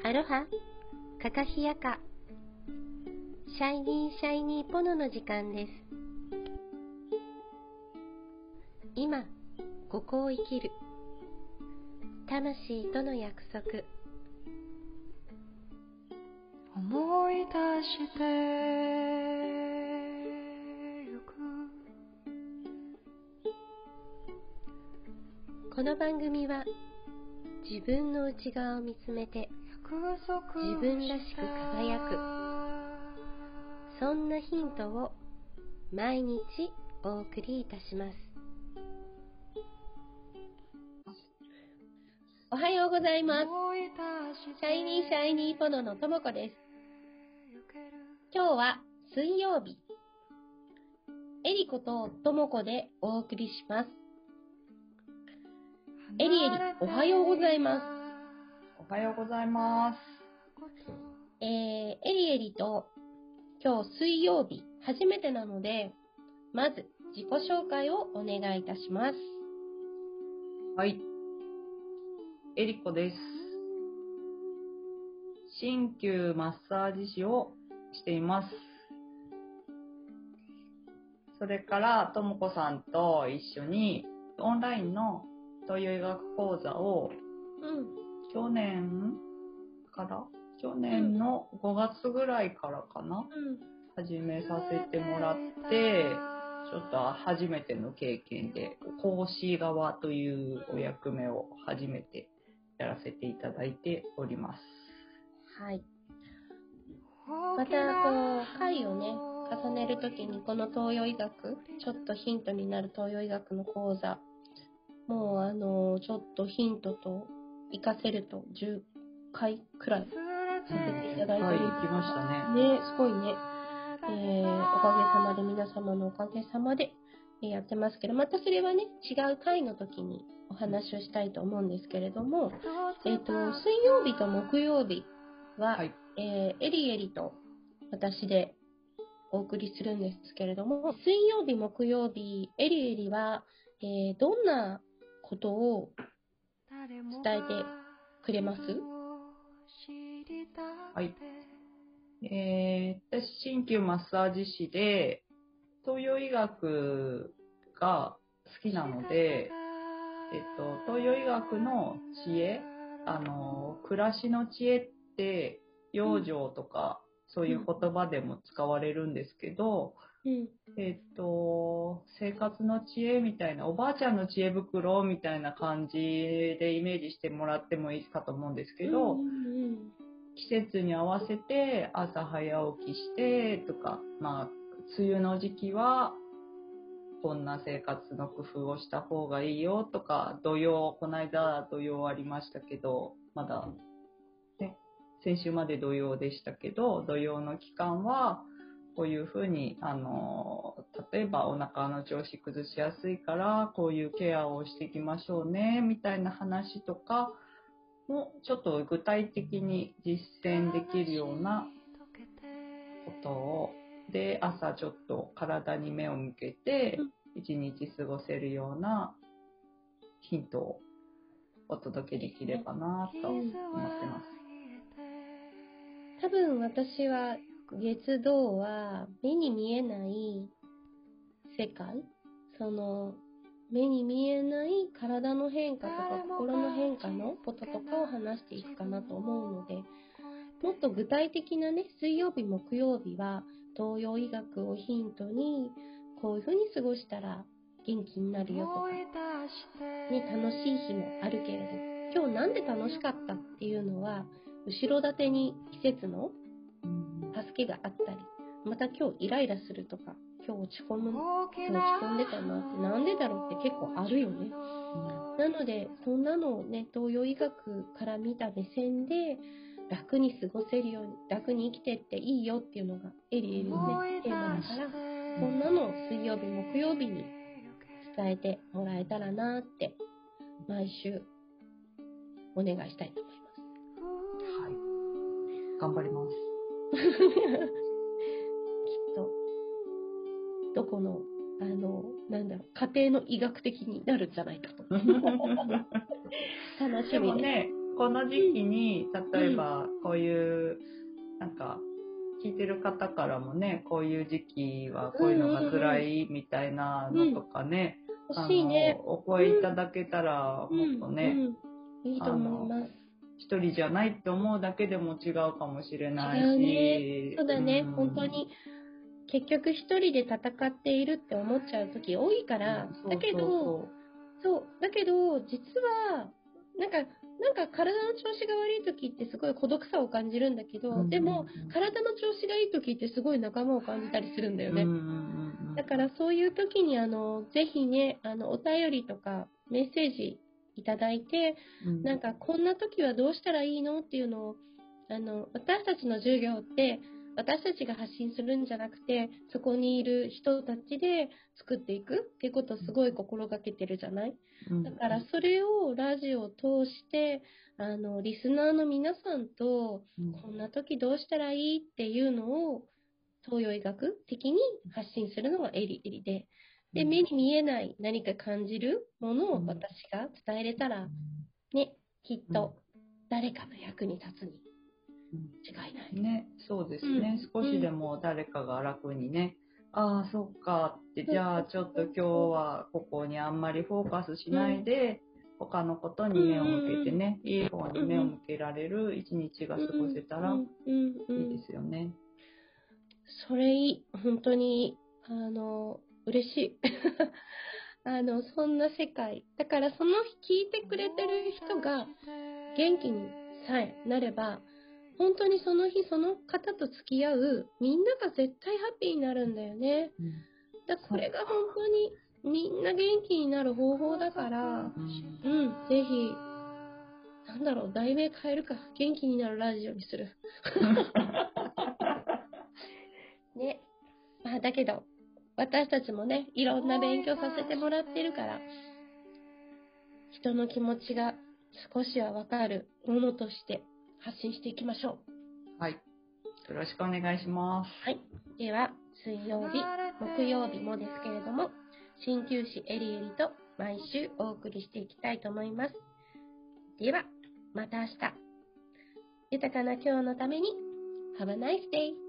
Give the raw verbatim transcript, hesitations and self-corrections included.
アロハ、カカヒヤカ、シャイニーシャイニーポノの時間です。今、ここを生きる。魂との約束。 思い出してゆく。 この番組は自分の内側を見つめて自分らしく輝く、そんなヒントを毎日お送りいたします。おはようございます。シャイニーシャイニーポノのともこです。今日は水曜日、エリコとともこでお送りします。エリエリ、おはようございます。 おはようございます。 えー、エリエリと今日水曜日初めてなので、まず自己紹介をお願いいたします。 はい。エリコです。鍼灸マッサージ師をしています。それからともこさんと一緒にオンラインの東洋医学講座を、 うん、 去年から去年のごがつぐらいからかな、 うん、 始めさせてもらって、ちょっと初めての経験で講師側というお役目を初めてやらせていただいております。 はい。またこう回をね重ねるときにこの東洋医学、ちょっとヒントになる東洋医学の講座、もうあのちょっとヒントと活かせるとじゅっかいくらいさせていただいております。 はい、行きましたね。 ね、すごいね。えー、おかげさまで、皆様のおかげさまでやってますけど、またそれはね、違う回の時にお話をしたいと思うんですけれども、えっと、水曜日と木曜日は、 はい、 えー、エリエリと私でお送りするんですけれども、水曜日、木曜日、エリエリは、えー、どんなことを伝えてくれます？ はい。えー、私、鍼灸マッサージ師で、東洋医学が好きなので、えっと、東洋医学の知恵、あの、暮らしの知恵って、養生とか、そういう言葉でも使われるんですけど、 うん、 えっと、生活の知恵みたいな、おばあちゃんの知恵袋みたいな感じでイメージしてもらってもいいかと思うんですけど、 うんうんうん、 季節に合わせて朝早起きしてとか、まあ、梅雨の時期はこんな生活の工夫をした方がいいよとか、土曜、この間土曜ありましたけど、まだ、ね、先週まで土曜でしたけど、土曜の期間はこういうふうに、あの、例えばお腹の調子崩しやすいからこういうケアをしていきましょうねみたいな話とかもちょっと具体的に実践できるようなことをで、朝ちょっと体に目を向けて一日過ごせるようなヒントをお届けできればなと思ってます。 多分私は月土は目に見えない世界、その目に見えない体の変化とか心の変化のこととかを話していくかなと思うので、もっと具体的なね、水曜日木曜日は東洋医学をヒントにこういう風に過ごしたら元気になるよとか、ね、楽しい日もあるけれど、今日なんで楽しかったっていうのは後ろ盾に季節の助けがあったり、また今日イライラするとか、今日落ち込む、今日落ち込んでたなってなんでだろうって結構あるよね。なのでそんなのをね、東洋医学から見た目線で楽に過ごせるように、楽に生きてっていいよっていうのがエリエリのね、テーマだから、そんなのを水曜日木曜日に伝えてもらえたらなって毎週お願いしたいと思います。 はい、頑張ります。 きっとどこのあのなんだろう、家庭の医学的になるんじゃないかと楽しみです。 でもね、 この時期に、例えばこういう、なんか、聞いてる方からもね、こういう時期はこういうのが辛いみたいなのとかね、 うん、 あ欲しいね。 の、お声いただけたら、 うん、 もっとね、 うん、いいと思います。 一人じゃないって思うだけでも違うかもしれないし。 違うね。そうだね、 うん、 本当に。結局一人で戦っているって思っちゃう時多いから、 うん、そうだけど、 そうそう、だけど、実は、なんか、なんか体の調子が悪い時ってすごい孤独さを感じるんだけど、 うん、 でも、体の調子がいい時ってすごい仲間を感じたりするんだよね。 うんうんうん、 だからそういう時に、あの、ぜひね、あの、お便りとかメッセージいただいて、 うん、 なんかこんな時はどうしたらいいのっていうのを、あの、私たちの授業って、私たちが発信するんじゃなくて、そこにいる人たちで作っていくっていうことをすごい心がけてるじゃない？だからそれをラジオを通して、あの、リスナーの皆さんと、こんな時どうしたらいいっていうのを、東洋医学的に発信するのがエリエリで、で、目に見えない何か感じるものを私が伝えれたら、ね、きっと誰かの役に立つに違いない。 ね、そうですね。 うん、 少しでも誰かが楽にね、うん、ああ、そっかって、じゃあちょっと今日はここにあんまりフォーカスしないで、うん、他のことに目を向けてね、うん、いい方に目を向けられる一日が過ごせたらいいですよね。 それいい。本当に、あの、嬉しい。あの、そんな世界。だからその日聞いてくれてる人が元気にさえなれば、本当にその日その方と付き合うみんなが絶対ハッピーになるんだよね。うん、だこれが本当にみんな元気になる方法だから、うん、うん、ぜひ、なんだろう、題名変えるか。元気になるラジオにする。ね。まあ、だけど、私たちもね、いろんな勉強させてもらってるから、人の気持ちが少しはわかるものとして発信していきましょう。はい。よろしくお願いします。 はい。では、水曜日、木曜日もですけれども、鍼灸師エリエリと毎週お送りしていきたいと思います。では、また明日。豊かな今日のために、Have a nice day!